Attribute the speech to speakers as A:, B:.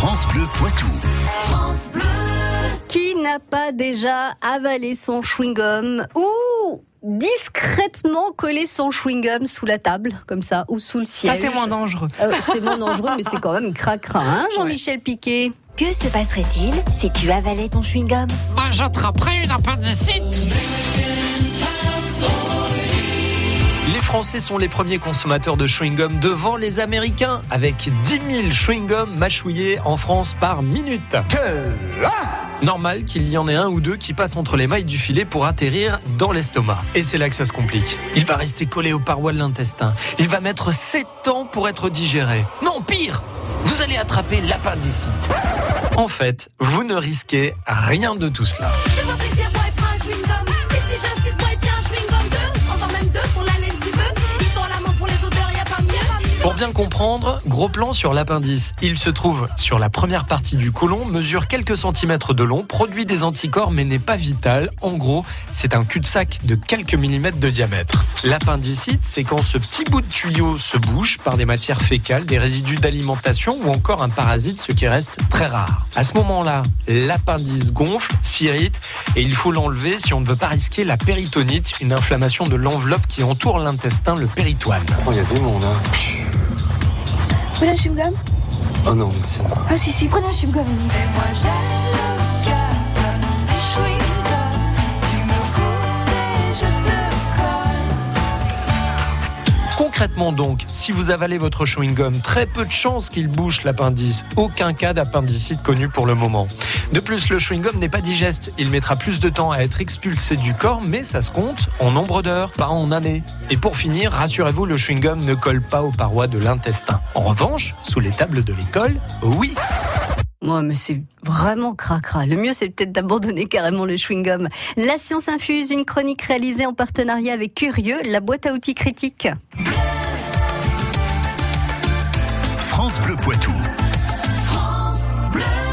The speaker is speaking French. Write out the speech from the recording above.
A: France Bleu Poitou.
B: France Bleu.
C: Qui n'a pas déjà avalé son chewing-gum ou discrètement collé son chewing-gum sous la table, comme ça, ou sous le siège?
D: Ça, c'est moins dangereux.
C: C'est moins dangereux, mais c'est quand même cracra, hein, Jean-Michel Piquet?
E: Que se passerait-il si tu avalais ton chewing-gum?
F: J'attraperais une appendicite.
G: Les Français sont les premiers consommateurs de chewing-gum devant les Américains, avec 10 000 chewing-gums mâchouillés en France par minute. Normal qu'il y en ait un ou deux qui passent entre les mailles du filet pour atterrir dans l'estomac. Et c'est là que ça se complique. Il va rester collé aux parois de l'intestin. Il va mettre 7 ans pour être digéré. Non, pire, vous allez attraper l'appendicite. En fait, vous ne risquez rien de tout cela. Pour bien comprendre, gros plan sur l'appendice. Il se trouve sur la première partie du côlon, mesure quelques centimètres de long, produit des anticorps mais n'est pas vital. En gros, c'est un cul-de-sac de quelques millimètres de diamètre. L'appendicite, c'est quand ce petit bout de tuyau se bouche par des matières fécales, des résidus d'alimentation ou encore un parasite, ce qui reste très rare. À ce moment-là, l'appendice gonfle, s'irrite et il faut l'enlever si on ne veut pas risquer la péritonite, une inflammation de l'enveloppe qui entoure l'intestin, le péritoine.
H: Oh, il y a du monde, hein.
E: Prenez un chewing-gum?
H: Oh non, merci.
E: Ah si, prenez un chewing-gum.
B: Et moi j'ai le cœur du chewing-gum. Tu me coupes et je te colle.
G: Concrètement donc, si vous avalez votre chewing-gum, très peu de chances qu'il bouche l'appendice. Aucun cas d'appendicite connu pour le moment. De plus, le chewing-gum n'est pas digeste. Il mettra plus de temps à être expulsé du corps, mais ça se compte en nombre d'heures, pas en années. Et pour finir, rassurez-vous, le chewing-gum ne colle pas aux parois de l'intestin. En revanche, sous les tables de l'école, oui.
C: Ouais, mais c'est vraiment cracra. Le mieux, c'est peut-être d'abandonner carrément le chewing-gum. La science infuse, une chronique réalisée en partenariat avec Curieux, la boîte à outils critique.
A: France Bleu Poitou.